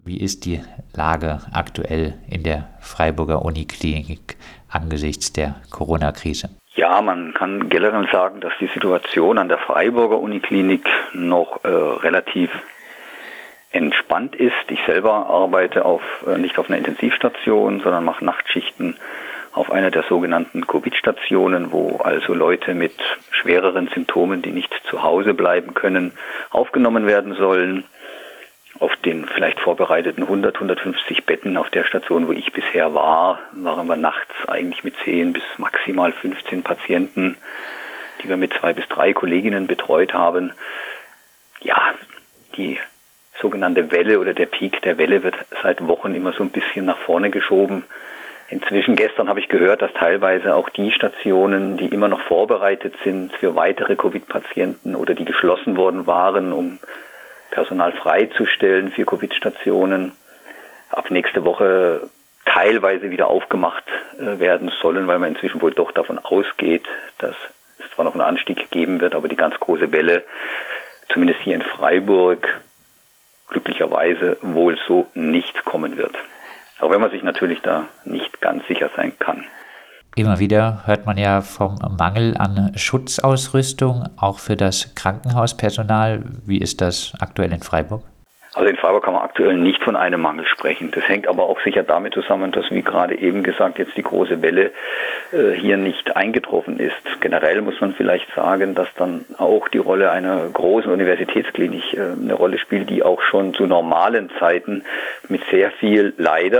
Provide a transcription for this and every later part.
Wie ist die Lage aktuell in der Freiburger Uniklinik angesichts der Corona-Krise? Ja, man kann generell sagen, dass die Situation an der Freiburger Uniklinik noch relativ entspannt ist. Ich selber arbeite nicht auf einer Intensivstation, sondern mache Nachtschichten auf einer der sogenannten Covid-Stationen, wo also Leute mit schwereren Symptomen, die nicht zu Hause bleiben können, aufgenommen werden sollen. Auf den vielleicht vorbereiteten 150 Betten auf der Station, wo ich bisher war, waren wir nachts eigentlich mit 10 bis maximal 15 Patienten, die wir mit 2 bis 3 Kolleginnen betreut haben. Ja, die sogenannte Welle oder der Peak der Welle wird seit Wochen immer so ein bisschen nach vorne geschoben. Inzwischen, gestern habe ich gehört, dass teilweise auch die Stationen, die immer noch vorbereitet sind für weitere Covid-Patienten oder die geschlossen worden waren, um Personal freizustellen für Covid-Stationen, ab nächste Woche teilweise wieder aufgemacht werden sollen, weil man inzwischen wohl doch davon ausgeht, dass es zwar noch einen Anstieg geben wird, aber die ganz große Welle, zumindest hier in Freiburg, glücklicherweise wohl so nicht kommen wird. Auch wenn man sich natürlich da nicht ganz sicher sein kann. Immer wieder hört man ja vom Mangel an Schutzausrüstung, auch für das Krankenhauspersonal. Wie ist das aktuell in Freiburg? Also in Freiburg kann man aktuell nicht von einem Mangel sprechen. Das hängt aber auch sicher damit zusammen, dass, wie gerade eben gesagt, jetzt die große Welle hier nicht eingetroffen ist. Generell muss man vielleicht sagen, dass dann auch die Rolle einer großen Universitätsklinik eine Rolle spielt, die auch schon zu normalen Zeiten mit sehr viel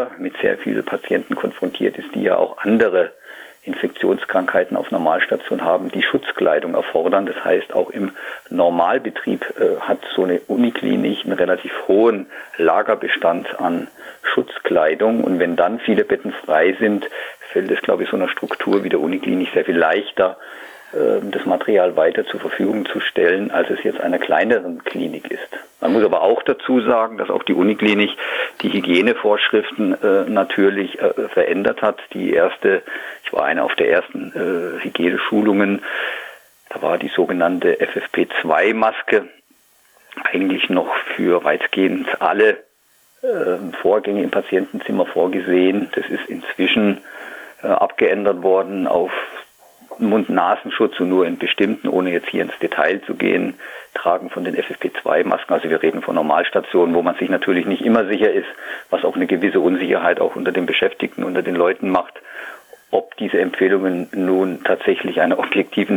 Patienten konfrontiert ist, die ja auch andere Infektionskrankheiten auf Normalstation haben, die Schutzkleidung erfordern. Das heißt, auch im Normalbetrieb hat so eine Uniklinik einen relativ hohen Lagerbestand an Schutzkleidung. Und wenn dann viele Betten frei sind, fällt es, glaube ich, so einer Struktur wie der Uniklinik sehr viel leichter, das Material weiter zur Verfügung zu stellen, als es jetzt einer kleineren Klinik ist. Man muss aber auch dazu sagen, dass auch die Uniklinik die Hygienevorschriften natürlich verändert hat. Ich war einer auf der ersten Hygieneschulungen, da war die sogenannte FFP2-Maske eigentlich noch für weitgehend alle Vorgänge im Patientenzimmer vorgesehen. Das ist inzwischen abgeändert worden auf Mund-Nasenschutz und nur in bestimmten, ohne jetzt hier ins Detail zu gehen, Tragen von den FFP2-Masken. Also wir reden von Normalstationen, wo man sich natürlich nicht immer sicher ist, was auch eine gewisse Unsicherheit auch unter den Beschäftigten, unter den Leuten macht, ob diese Empfehlungen nun tatsächlich einer objektiven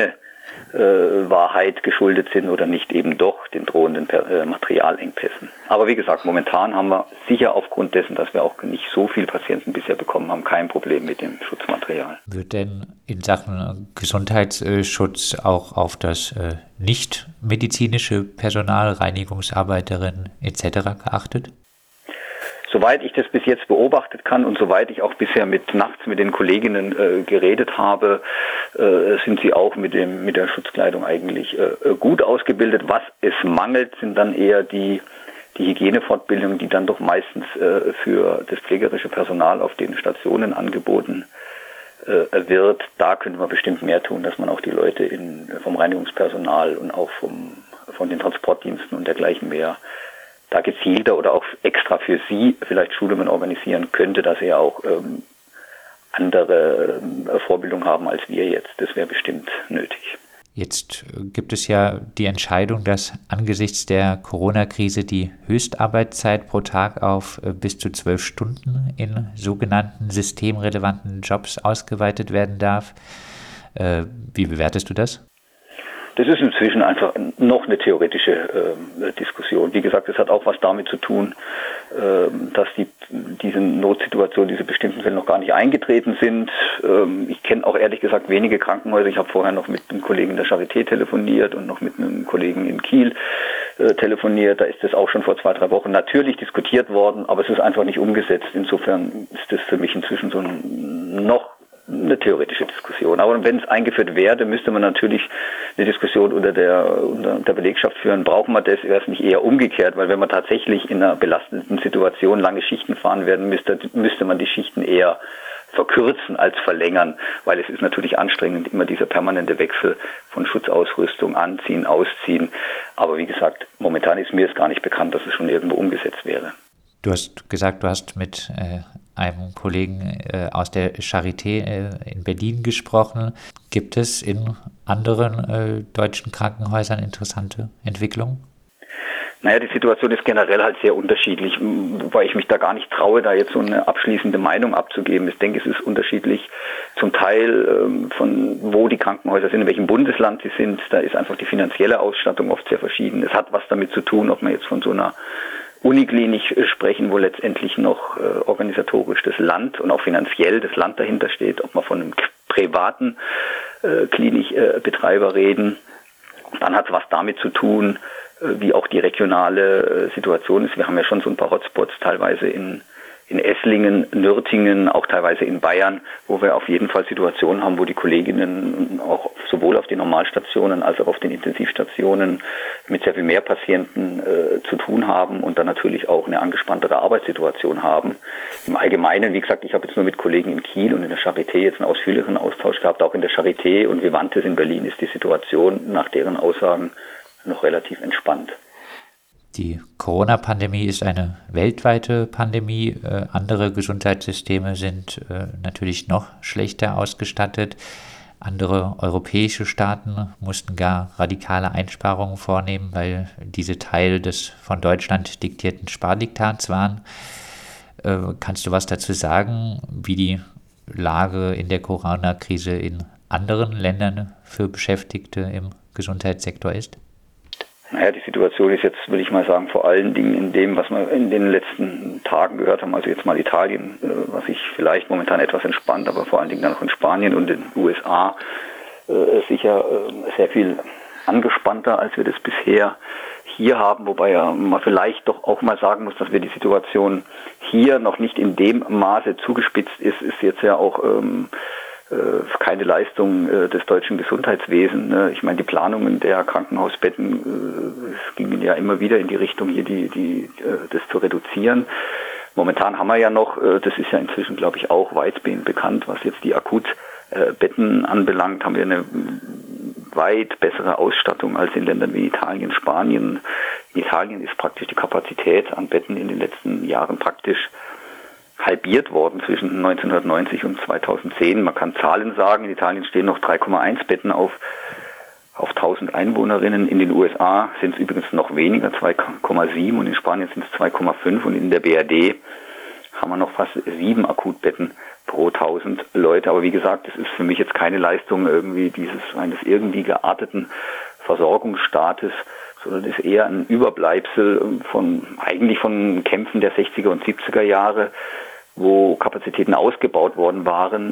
Hygienewahrheit geschuldet sind oder nicht eben doch den drohenden Materialengpässen. Aber wie gesagt, momentan haben wir sicher aufgrund dessen, dass wir auch nicht so viele Patienten bisher bekommen haben, kein Problem mit dem Schutzmaterial. Wird denn in Sachen Gesundheitsschutz auch auf das nicht-medizinische Personal, Reinigungsarbeiterinnen etc. geachtet? Soweit ich das bis jetzt beobachtet kann und soweit ich auch bisher nachts mit den Kolleginnen geredet habe, sind sie auch mit der Schutzkleidung eigentlich gut ausgebildet. Was es mangelt, sind dann eher die Hygienefortbildungen, die dann doch meistens für das pflegerische Personal auf den Stationen angeboten wird. Da könnte man bestimmt mehr tun, dass man auch die Leute vom Reinigungspersonal und auch von den Transportdiensten und dergleichen mehr da gezielter oder auch extra für sie vielleicht Schulungen organisieren könnte, dass sie ja auch andere Vorbildung haben als wir jetzt. Das wäre bestimmt nötig. Jetzt gibt es ja die Entscheidung, dass angesichts der Corona-Krise die Höchstarbeitszeit pro Tag auf bis zu 12 Stunden in sogenannten systemrelevanten Jobs ausgeweitet werden darf. Wie bewertest du das? Das ist inzwischen einfach noch eine theoretische Diskussion. Wie gesagt, es hat auch was damit zu tun, dass diese Notsituation, diese bestimmten Fälle noch gar nicht eingetreten sind. Ich kenne auch ehrlich gesagt wenige Krankenhäuser. Ich habe vorher noch mit einem Kollegen der Charité telefoniert und noch mit einem Kollegen in Kiel telefoniert. Da ist das auch schon vor 2-3 Wochen natürlich diskutiert worden, aber es ist einfach nicht umgesetzt. Insofern ist das für mich inzwischen so noch eine theoretische Diskussion. Aber wenn es eingeführt werde, müsste man natürlich eine Diskussion unter der Belegschaft führen. Brauchen wir das? Wäre es nicht eher umgekehrt? Weil wenn man tatsächlich in einer belastenden Situation lange Schichten fahren werden müsste man die Schichten eher verkürzen als verlängern, weil es ist natürlich anstrengend, immer dieser permanente Wechsel von Schutzausrüstung, anziehen, ausziehen. Aber wie gesagt, momentan ist mir es gar nicht bekannt, dass es schon irgendwo umgesetzt wäre. Du hast gesagt, du hast mit einem Kollegen aus der Charité in Berlin gesprochen. Gibt es in anderen deutschen Krankenhäusern interessante Entwicklungen? Naja, die Situation ist generell halt sehr unterschiedlich, wobei ich mich da gar nicht traue, da jetzt so eine abschließende Meinung abzugeben. Ich denke, es ist unterschiedlich zum Teil von wo die Krankenhäuser sind, in welchem Bundesland sie sind. Da ist einfach die finanzielle Ausstattung oft sehr verschieden. Es hat was damit zu tun, ob man jetzt von so einer Uniklinik sprechen, wo letztendlich noch organisatorisch das Land und auch finanziell das Land dahinter steht, ob man von einem privaten Klinikbetreiber reden. Dann hat es was damit zu tun, wie auch die regionale Situation ist. Wir haben ja schon so ein paar Hotspots, teilweise in Esslingen, Nürtingen, auch teilweise in Bayern, wo wir auf jeden Fall Situationen haben, wo die Kolleginnen auch sowohl auf den Normalstationen als auch auf den Intensivstationen mit sehr viel mehr Patienten zu tun haben und dann natürlich auch eine angespanntere Arbeitssituation haben. Im Allgemeinen, wie gesagt, ich habe jetzt nur mit Kollegen in Kiel und in der Charité jetzt einen ausführlicheren Austausch gehabt. Auch in der Charité und Vivantes in Berlin ist die Situation nach deren Aussagen noch relativ entspannt. Die Corona-Pandemie ist eine weltweite Pandemie. Andere Gesundheitssysteme sind natürlich noch schlechter ausgestattet. Andere europäische Staaten mussten gar radikale Einsparungen vornehmen, weil diese Teil des von Deutschland diktierten Spardiktats waren. Kannst du was dazu sagen, wie die Lage in der Corona-Krise in anderen Ländern für Beschäftigte im Gesundheitssektor ist? Naja, die Situation ist jetzt, will ich mal sagen, vor allen Dingen in dem, was wir in den letzten Tagen gehört haben, also jetzt mal Italien, was sich vielleicht momentan etwas entspannt, aber vor allen Dingen dann auch in Spanien und den USA sicher sehr viel angespannter, als wir das bisher hier haben, wobei ja man vielleicht doch auch mal sagen muss, dass wir die Situation hier noch nicht in dem Maße zugespitzt ist jetzt ja auch keine Leistung des deutschen Gesundheitswesens. Ich meine, die Planungen der Krankenhausbetten gingen ja immer wieder in die Richtung, hier das zu reduzieren. Momentan haben wir ja noch, das ist ja inzwischen, glaube ich, auch weitgehend bekannt, was jetzt die Akutbetten anbelangt, haben wir eine weit bessere Ausstattung als in Ländern wie Italien, Spanien. In Italien ist praktisch die Kapazität an Betten in den letzten Jahren praktisch halbiert worden zwischen 1990 und 2010. Man kann Zahlen sagen, in Italien stehen noch 3,1 Betten auf 1000 Einwohnerinnen. In den USA sind es übrigens noch weniger, 2,7 und in Spanien sind es 2,5 und in der BRD haben wir noch fast 7 Akutbetten pro 1000 Leute. Aber wie gesagt, das ist für mich jetzt keine Leistung irgendwie eines irgendwie gearteten Versorgungsstaates, sondern ist eher ein Überbleibsel von Kämpfen der 60er und 70er Jahre, wo Kapazitäten ausgebaut worden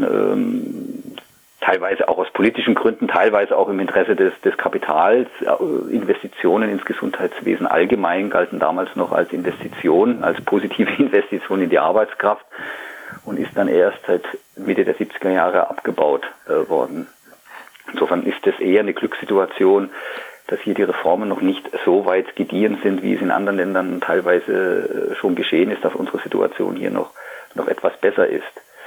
waren, teilweise auch aus politischen Gründen, teilweise auch im Interesse des Kapitals. Investitionen ins Gesundheitswesen allgemein galten damals noch als Investition, als positive Investition in die Arbeitskraft und ist dann erst seit Mitte der 70er Jahre abgebaut worden. Insofern ist es eher eine Glückssituation, dass hier die Reformen noch nicht so weit gediehen sind, wie es in anderen Ländern teilweise schon geschehen ist, dass unsere Situation hier noch etwas besser ist.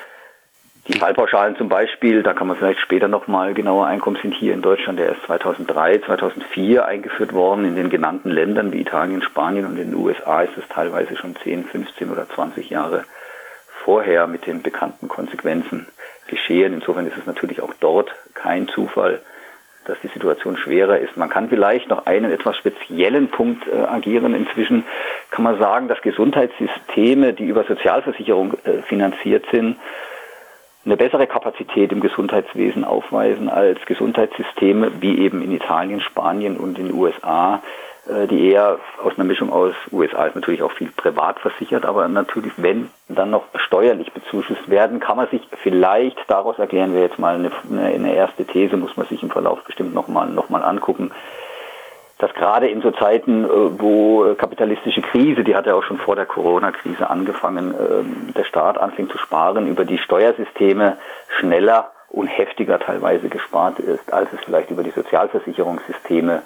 Die Fallpauschalen zum Beispiel, da kann man vielleicht später nochmal genauer einkommen, sind hier in Deutschland erst 2003, 2004 eingeführt worden. In den genannten Ländern wie Italien, Spanien und in den USA ist es teilweise schon 10, 15 oder 20 Jahre vorher mit den bekannten Konsequenzen geschehen. Insofern ist es natürlich auch dort kein Zufall, dass die Situation schwerer ist. Man kann vielleicht noch einen etwas speziellen Punkt agieren. Inzwischen kann man sagen, dass Gesundheitssysteme, die über Sozialversicherung finanziert sind, eine bessere Kapazität im Gesundheitswesen aufweisen als Gesundheitssysteme wie eben in Italien, Spanien und in den USA, die eher aus einer Mischung aus, USA ist natürlich auch viel privat versichert, aber natürlich, wenn dann noch steuerlich bezuschusst werden, kann man sich vielleicht, daraus erklären wir jetzt mal eine erste These, muss man sich im Verlauf bestimmt noch mal angucken, dass gerade in so Zeiten, wo kapitalistische Krise, die hat ja auch schon vor der Corona-Krise angefangen, der Staat anfängt zu sparen, über die Steuersysteme schneller und heftiger teilweise gespart ist, als es vielleicht über die Sozialversicherungssysteme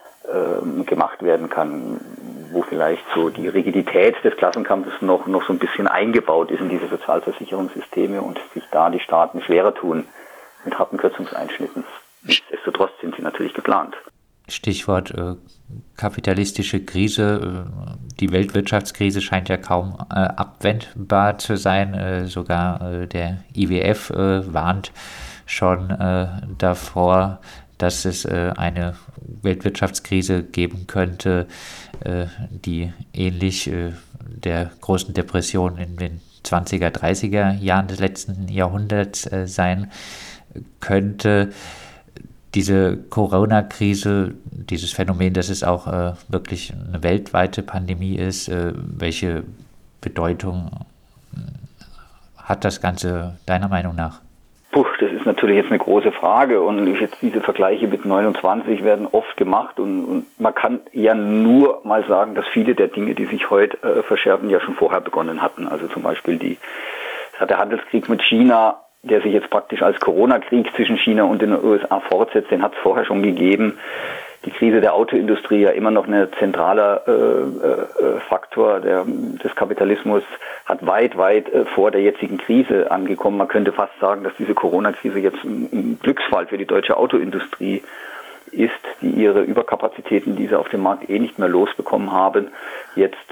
gemacht werden kann, wo vielleicht so die Rigidität des Klassenkampfes noch so ein bisschen eingebaut ist in diese Sozialversicherungssysteme und sich da die Staaten schwerer tun mit harten Kürzungseinschnitten. Nichtsdestotrotz sind sie natürlich geplant. Stichwort kapitalistische Krise. Die Weltwirtschaftskrise scheint ja kaum abwendbar zu sein. Sogar der IWF warnt schon davor, dass es eine Weltwirtschaftskrise geben könnte, die ähnlich der großen Depression in den 20er, 30er Jahren des letzten Jahrhunderts sein könnte. Diese Corona-Krise, dieses Phänomen, dass es auch wirklich eine weltweite Pandemie ist, welche Bedeutung hat das Ganze deiner Meinung nach? Das ist natürlich jetzt eine große Frage und jetzt diese Vergleiche mit 29 werden oft gemacht und man kann ja nur mal sagen, dass viele der Dinge, die sich heute verschärfen, ja schon vorher begonnen hatten. Also zum Beispiel der Handelskrieg mit China, der sich jetzt praktisch als Corona-Krieg zwischen China und den USA fortsetzt, den hat es vorher schon gegeben. Die Krise der Autoindustrie ja immer noch ein zentraler Faktor des Kapitalismus, hat weit vor der jetzigen Krise angekommen. Man könnte fast sagen, dass diese Corona-Krise jetzt ein Glücksfall für die deutsche Autoindustrie ist, die ihre Überkapazitäten, die sie auf dem Markt nicht mehr losbekommen haben, jetzt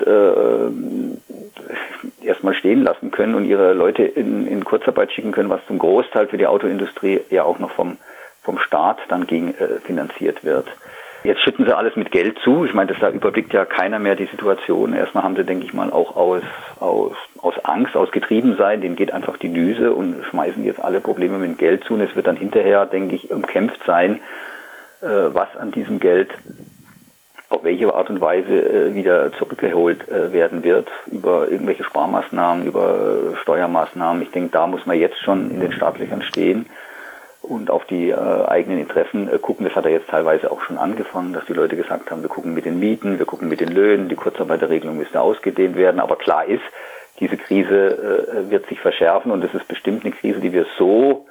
erstmal stehen lassen können und ihre Leute in Kurzarbeit schicken können, was zum Großteil für die Autoindustrie ja auch noch vom Staat dann finanziert wird. Jetzt schütten sie alles mit Geld zu. Ich meine, da überblickt ja keiner mehr die Situation. Erstmal haben sie, denke ich mal, auch aus Angst, aus Getriebensein, denen geht einfach die Düse und schmeißen jetzt alle Probleme mit Geld zu. Und es wird dann hinterher, denke ich, umkämpft sein, was an diesem Geld auf welche Art und Weise wieder zurückgeholt werden wird, über irgendwelche Sparmaßnahmen, über Steuermaßnahmen. Ich denke, da muss man jetzt schon in den Startlöchern stehen und auf die eigenen Interessen gucken. Das hat ja jetzt teilweise auch schon angefangen, dass die Leute gesagt haben, wir gucken mit den Mieten, wir gucken mit den Löhnen, die Kurzarbeiterregelung müsste ausgedehnt werden. Aber klar ist, diese Krise wird sich verschärfen und es ist bestimmt eine Krise, die wir so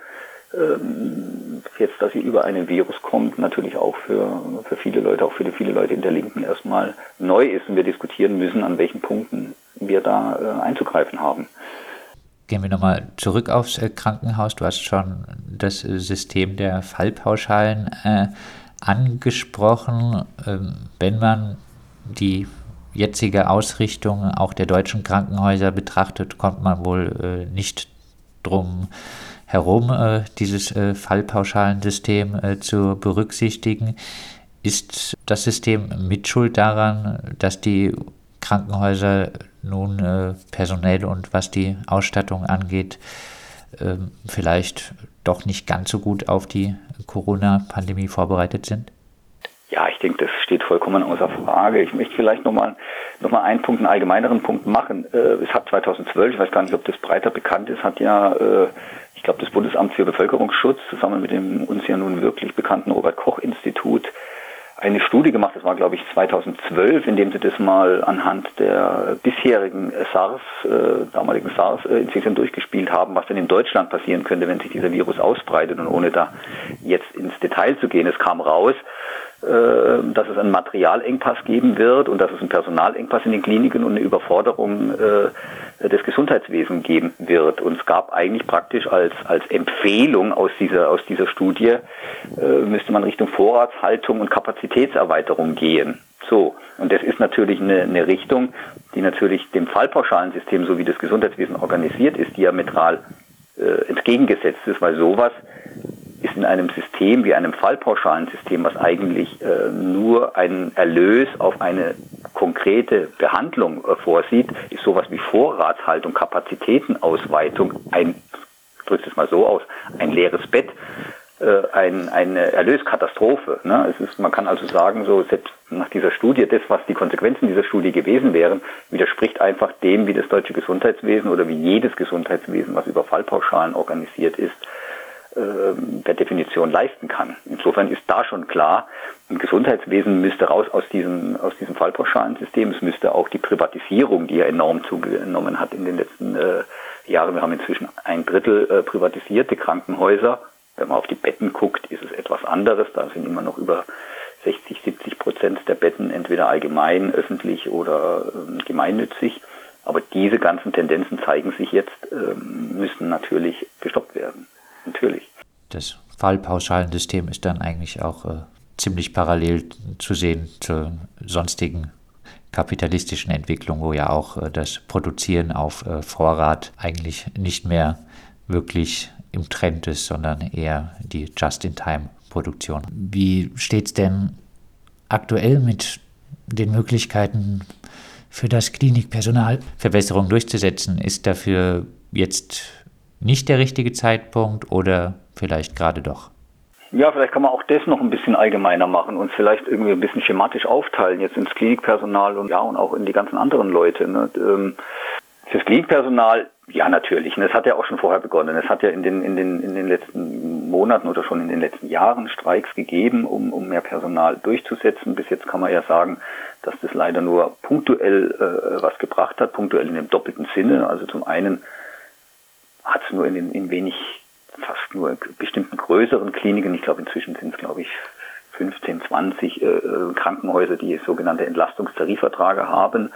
jetzt, dass sie über einen Virus kommt, natürlich auch für viele Leute, auch für viele Leute in der Linken erstmal neu ist und wir diskutieren müssen, an welchen Punkten wir da einzugreifen haben. Gehen wir nochmal zurück aufs Krankenhaus. Du hast schon das System der Fallpauschalen angesprochen. Wenn man die jetzige Ausrichtung auch der deutschen Krankenhäuser betrachtet, kommt man wohl nicht drum herum, dieses Fallpauschalensystem zu berücksichtigen. Ist das System mitschuld daran, dass die Krankenhäuser nun personell und was die Ausstattung angeht, vielleicht doch nicht ganz so gut auf die Corona-Pandemie vorbereitet sind? Ja, ich denke, das steht vollkommen außer Frage. Ich möchte vielleicht noch mal einen Punkt, einen allgemeineren Punkt machen. Es hat 2012, ich weiß gar nicht, ob das breiter bekannt ist, hat ja, ich glaube, das Bundesamt für Bevölkerungsschutz zusammen mit dem uns ja nun wirklich bekannten Robert-Koch-Institut eine Studie gemacht, das war glaube ich 2012, in dem sie das mal anhand der bisherigen damaligen SARS-Infektion durchgespielt haben, was denn in Deutschland passieren könnte, wenn sich dieser Virus ausbreitet. Und ohne da jetzt ins Detail zu gehen, es kam raus, dass es einen Materialengpass geben wird und dass es einen Personalengpass in den Kliniken und eine Überforderung des Gesundheitswesens geben wird. Und es gab eigentlich praktisch als Empfehlung aus dieser Studie, müsste man Richtung Vorratshaltung und Kapazitätserweiterung gehen. So, und das ist natürlich eine Richtung, die natürlich dem Fallpauschalensystem, so wie das Gesundheitswesen organisiert ist, diametral entgegengesetzt ist, weil sowas ist in einem System wie einem Fallpauschalensystem, was eigentlich nur einen Erlös auf eine konkrete Behandlung vorsieht, ist sowas wie Vorratshaltung, Kapazitätenausweitung, ich drücke es mal so aus, ein leeres Bett, eine Erlöskatastrophe. Ne? Man kann also sagen, so selbst nach dieser Studie, das, was die Konsequenzen dieser Studie gewesen wären, widerspricht einfach dem, wie das deutsche Gesundheitswesen oder wie jedes Gesundheitswesen, was über Fallpauschalen organisiert ist, per Definition leisten kann. Insofern ist da schon klar, ein Gesundheitswesen müsste raus aus diesem Fallpauschalensystem. Es müsste auch die Privatisierung, die ja enorm zugenommen hat in den letzten Jahren. Wir haben inzwischen 1/3 privatisierte Krankenhäuser. Wenn man auf die Betten guckt, ist es etwas anderes. Da sind immer noch über 60-70% der Betten entweder allgemein, öffentlich oder gemeinnützig. Aber diese ganzen Tendenzen zeigen sich jetzt, müssen natürlich gestoppt werden. Natürlich. Das Fallpauschalensystem ist dann eigentlich auch ziemlich parallel zu sehen zur sonstigen kapitalistischen Entwicklung, wo ja auch das Produzieren auf Vorrat eigentlich nicht mehr wirklich im Trend ist, sondern eher die Just-in-Time-Produktion. Wie steht es denn aktuell mit den Möglichkeiten für das Klinikpersonal, Verbesserungen durchzusetzen? Ist dafür jetzt nicht der richtige Zeitpunkt oder vielleicht gerade doch? Ja, vielleicht kann man auch das noch ein bisschen allgemeiner machen und vielleicht irgendwie ein bisschen schematisch aufteilen, jetzt ins Klinikpersonal und auch in die ganzen anderen Leute. Ne? Fürs Klinikpersonal, ja natürlich, es hat ja auch schon vorher begonnen. Es hat ja in den letzten Monaten oder schon in den letzten Jahren Streiks gegeben, um mehr Personal durchzusetzen. Bis jetzt kann man ja sagen, dass das leider nur punktuell was gebracht hat, punktuell in dem doppelten Sinne. Also zum einen hat es nur in wenig, fast nur bestimmten größeren Kliniken, ich glaube inzwischen sind es 15, 20 Krankenhäuser, die sogenannte Entlastungstarifverträge haben,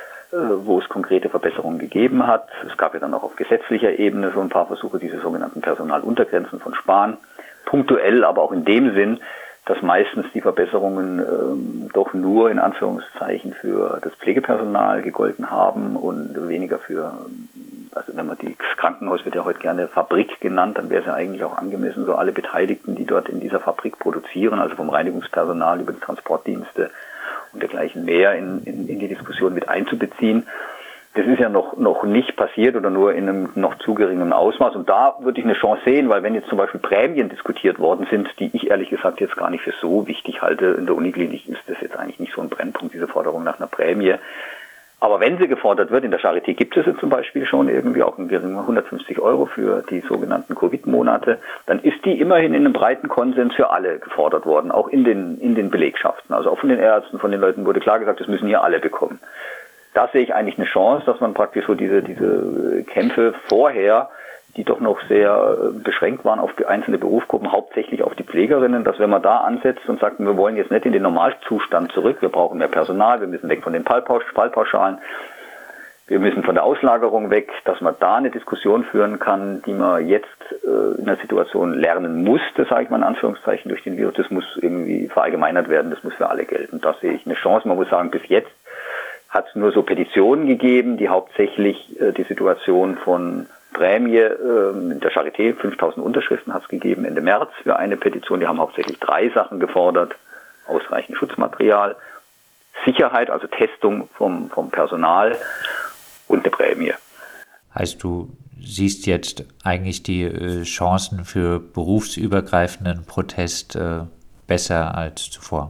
wo es konkrete Verbesserungen gegeben hat. Es gab ja dann auch auf gesetzlicher Ebene so ein paar Versuche, diese sogenannten Personaluntergrenzen von Spahn. Punktuell, aber auch in dem Sinn, dass meistens die Verbesserungen doch nur in Anführungszeichen für das Pflegepersonal gegolten haben und weniger für, also wenn man das Krankenhaus wird ja heute gerne Fabrik genannt, dann wäre es ja eigentlich auch angemessen, so alle Beteiligten, die dort in dieser Fabrik produzieren, also vom Reinigungspersonal über die Transportdienste und dergleichen mehr in die Diskussion mit einzubeziehen. Das ist ja noch nicht passiert oder nur in einem noch zu geringen Ausmaß. Und da würde ich eine Chance sehen, weil wenn jetzt zum Beispiel Prämien diskutiert worden sind, die ich ehrlich gesagt jetzt gar nicht für so wichtig halte, in der Uniklinik ist das jetzt eigentlich nicht so ein Brennpunkt, diese Forderung nach einer Prämie. Aber wenn sie gefordert wird, in der Charité gibt es sie zum Beispiel schon irgendwie auch ein geringer 150 € für die sogenannten Covid-Monate, dann ist die immerhin in einem breiten Konsens für alle gefordert worden, auch in den Belegschaften. Also auch von den Ärzten, von den Leuten wurde klar gesagt, das müssen hier alle bekommen. Da sehe ich eigentlich eine Chance, dass man praktisch so diese Kämpfe vorher, die doch noch sehr beschränkt waren auf einzelne Berufsgruppen, hauptsächlich auf die Pflegerinnen, dass wenn man da ansetzt und sagt, wir wollen jetzt nicht in den Normalzustand zurück, wir brauchen mehr Personal, wir müssen weg von den Fallpauschalen, wir müssen von der Auslagerung weg, dass man da eine Diskussion führen kann, die man jetzt in der Situation lernen musste, sage ich mal in Anführungszeichen, durch den Virus. Das muss irgendwie verallgemeinert werden, das muss für alle gelten. Da sehe ich eine Chance. Man muss sagen, bis jetzt hat es nur so Petitionen gegeben, die hauptsächlich die Situation von Prämie in der Charité, 5000 Unterschriften hat es gegeben Ende März für eine Petition. Die haben hauptsächlich 3 Sachen gefordert: ausreichend Schutzmaterial, Sicherheit, also Testung vom Personal und eine Prämie. Heißt, du siehst jetzt eigentlich die Chancen für berufsübergreifenden Protest besser als zuvor?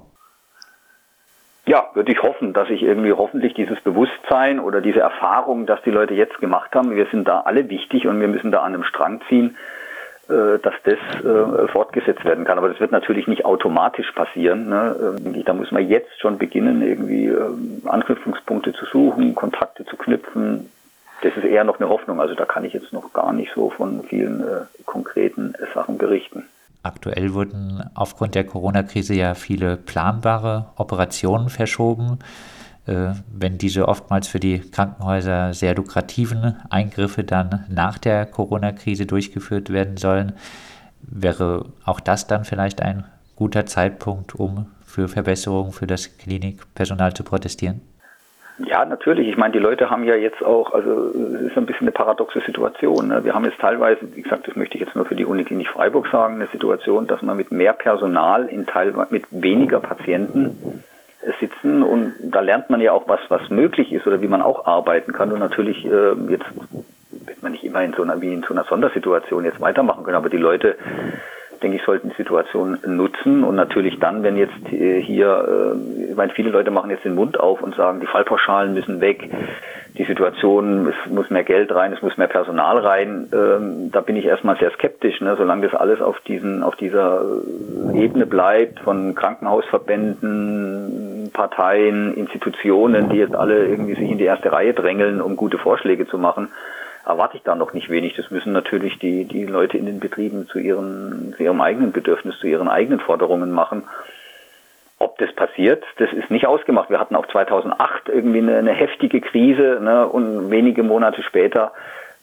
Ja, würde ich hoffen, dass ich irgendwie hoffentlich dieses Bewusstsein oder diese Erfahrung, dass die Leute jetzt gemacht haben, wir sind da alle wichtig und wir müssen da an einem Strang ziehen, dass das fortgesetzt werden kann. Aber das wird natürlich nicht automatisch passieren. Ne? Da muss man jetzt schon beginnen, irgendwie Anknüpfungspunkte zu suchen, Kontakte zu knüpfen. Das ist eher noch eine Hoffnung. Also da kann ich jetzt noch gar nicht so von vielen konkreten Sachen berichten. Aktuell wurden aufgrund der Corona-Krise ja viele planbare Operationen verschoben. Wenn diese oftmals für die Krankenhäuser sehr lukrativen Eingriffe dann nach der Corona-Krise durchgeführt werden sollen, wäre auch das dann vielleicht ein guter Zeitpunkt, um für Verbesserungen für das Klinikpersonal zu protestieren? Ja, natürlich. Ich meine, die Leute haben ja jetzt auch, also es ist ein bisschen eine paradoxe Situation. Ne? Wir haben jetzt teilweise, wie gesagt, das möchte ich jetzt nur für die Uniklinik Freiburg sagen, eine Situation, dass man mit mehr Personal mit weniger Patienten sitzen, und da lernt man ja auch was möglich ist oder wie man auch arbeiten kann. Und natürlich jetzt wird man nicht immer in so einer Sondersituation jetzt weitermachen können, aber die Leute, denke ich, sollten die Situation nutzen und natürlich dann, wenn jetzt hier, ich meine, viele Leute machen jetzt den Mund auf und sagen, die Fallpauschalen müssen weg, die Situation, es muss mehr Geld rein, es muss mehr Personal rein, da bin ich erstmal sehr skeptisch, ne? Solange das alles auf dieser Ebene bleibt von Krankenhausverbänden, Parteien, Institutionen, die jetzt alle irgendwie sich in die erste Reihe drängeln, um gute Vorschläge zu machen, erwarte ich da noch nicht wenig. Das müssen natürlich die Leute in den Betrieben zu ihrem eigenen Bedürfnis, zu ihren eigenen Forderungen machen. Ob das passiert, das ist nicht ausgemacht. Wir hatten auch 2008 irgendwie eine heftige Krise, ne, und wenige Monate später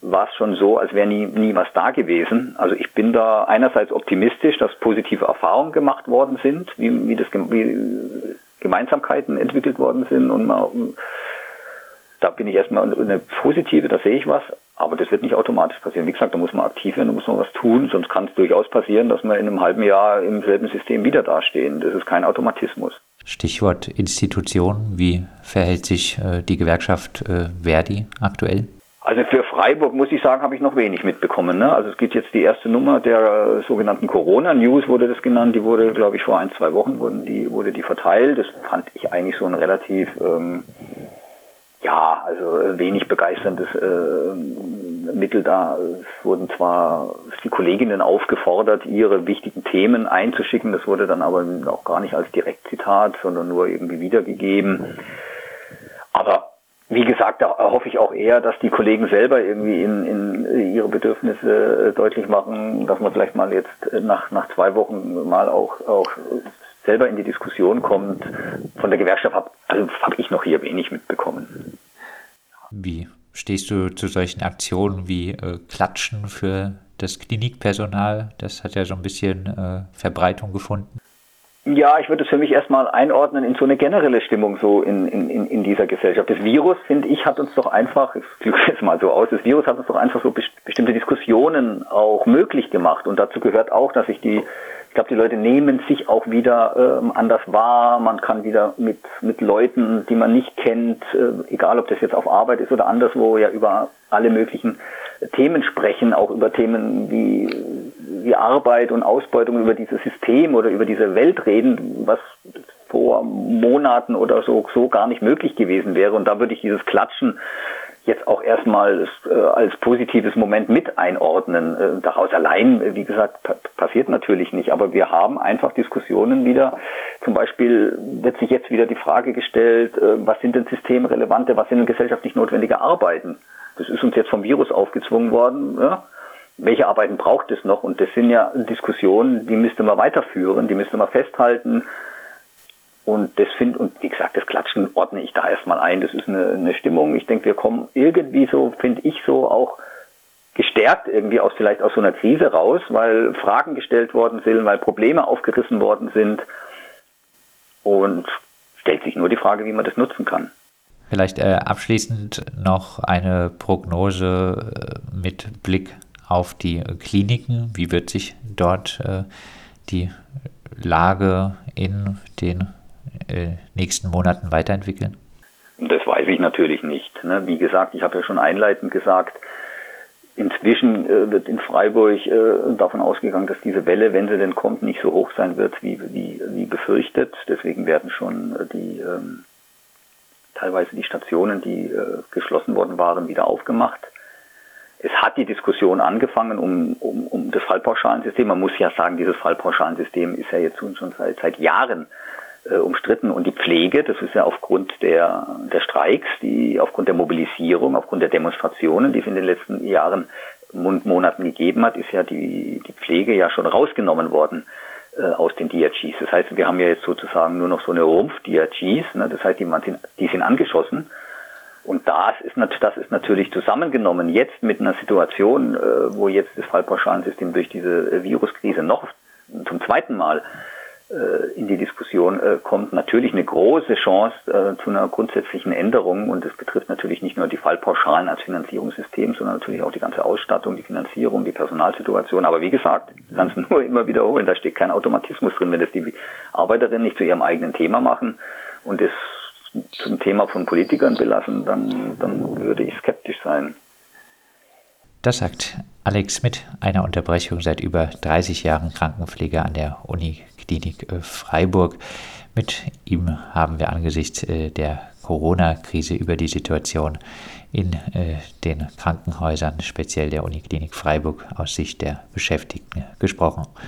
war es schon so, als wäre nie was da gewesen. Also ich bin da einerseits optimistisch, dass positive Erfahrungen gemacht worden sind, wie Gemeinsamkeiten entwickelt worden sind und da bin ich erstmal eine positive, da sehe ich was, aber das wird nicht automatisch passieren. Wie gesagt, da muss man aktiv werden, da muss man was tun, sonst kann es durchaus passieren, dass wir in einem halben Jahr im selben System wieder dastehen. Das ist kein Automatismus. Stichwort Institution. Wie verhält sich die Gewerkschaft Verdi aktuell? Also für Freiburg, muss ich sagen, habe ich noch wenig mitbekommen. Ne? Also es gibt jetzt die erste Nummer der sogenannten Corona-News, wurde das genannt. Die wurde, glaube ich, vor 1-2 Wochen wurde die verteilt. Das fand ich eigentlich so ein relativ, wenig begeisterndes Mittel da. Es wurden zwar die Kolleginnen aufgefordert, ihre wichtigen Themen einzuschicken. Das wurde dann aber auch gar nicht als Direktzitat, sondern nur irgendwie wiedergegeben. Aber wie gesagt, da hoffe ich auch eher, dass die Kollegen selber irgendwie in ihre Bedürfnisse deutlich machen, dass man vielleicht mal jetzt nach 2 Wochen mal auch selber in die Diskussion kommt. Von der Gewerkschaft habe ich noch hier wenig mitbekommen. Wie stehst du zu solchen Aktionen wie Klatschen für das Klinikpersonal? Das hat ja so ein bisschen Verbreitung gefunden. Ja, ich würde es für mich erstmal einordnen in so eine generelle Stimmung so in dieser Gesellschaft. Das Virus, finde ich, hat uns doch einfach, ich drücke es mal so aus, das Virus hat uns doch einfach so bestimmte Diskussionen auch möglich gemacht. Und dazu gehört auch, dass ich glaube, die Leute nehmen sich auch wieder anders wahr. Man kann wieder mit Leuten, die man nicht kennt, egal ob das jetzt auf Arbeit ist oder anderswo, ja über alle möglichen Themen sprechen, auch über Themen wie Arbeit und Ausbeutung, über dieses System oder über diese Welt reden, was vor Monaten oder so gar nicht möglich gewesen wäre. Und da würde ich dieses Klatschen jetzt auch erstmal als positives Moment mit einordnen. Daraus allein, wie gesagt, passiert natürlich nicht. Aber wir haben einfach Diskussionen wieder. Zum Beispiel wird sich jetzt wieder die Frage gestellt, was sind denn systemrelevante, was sind denn gesellschaftlich notwendige Arbeiten? Das ist uns jetzt vom Virus aufgezwungen worden. Ja? Welche Arbeiten braucht es noch? Und das sind ja Diskussionen, die müsste man weiterführen, die müsste man festhalten. Und wie gesagt, das Klatschen ordne ich da erstmal ein. Das ist eine Stimmung. Ich denke, wir kommen irgendwie so, finde ich so, auch gestärkt irgendwie vielleicht aus so einer Krise raus, weil Fragen gestellt worden sind, weil Probleme aufgerissen worden sind. Und stellt sich nur die Frage, wie man das nutzen kann. Vielleicht abschließend noch eine Prognose mit Blick auf die Kliniken. Wie wird sich dort die Lage in den nächsten Monaten weiterentwickeln? Das weiß ich natürlich nicht. Ne? Wie gesagt, ich habe ja schon einleitend gesagt, inzwischen wird in Freiburg davon ausgegangen, dass diese Welle, wenn sie denn kommt, nicht so hoch sein wird, wie befürchtet. Deswegen werden schon teilweise die Stationen, die geschlossen worden waren, wieder aufgemacht. Es hat die Diskussion angefangen um das Fallpauschalensystem. Man muss ja sagen, dieses Fallpauschalensystem ist ja jetzt schon seit Jahren umstritten. Und die Pflege, das ist ja aufgrund der Streiks, aufgrund der Mobilisierung, aufgrund der Demonstrationen, die es in den letzten Jahren und Monaten gegeben hat, ist ja die Pflege ja schon rausgenommen worden aus den DRGs. Das heißt, wir haben ja jetzt sozusagen nur noch so eine Rumpf-DRGs, ne? Das heißt, die sind angeschossen. Und das ist natürlich zusammengenommen jetzt mit einer Situation, wo jetzt das Fallpauschalensystem durch diese Viruskrise noch zum zweiten Mal in die Diskussion kommt, natürlich eine große Chance zu einer grundsätzlichen Änderung. Und das betrifft natürlich nicht nur die Fallpauschalen als Finanzierungssystem, sondern natürlich auch die ganze Ausstattung, die Finanzierung, die Personalsituation. Aber wie gesagt, ich kann es nur immer wiederholen, da steht kein Automatismus drin. Wenn das die Arbeiterinnen nicht zu ihrem eigenen Thema machen und es zum Thema von Politikern belassen, dann würde ich skeptisch sein. Das sagt Alex Schmidt, einer Unterbrechung seit über 30 Jahren Krankenpfleger an der Uniklinik Freiburg. Mit ihm haben wir angesichts der Corona-Krise über die Situation in den Krankenhäusern, speziell der Uniklinik Freiburg, aus Sicht der Beschäftigten gesprochen.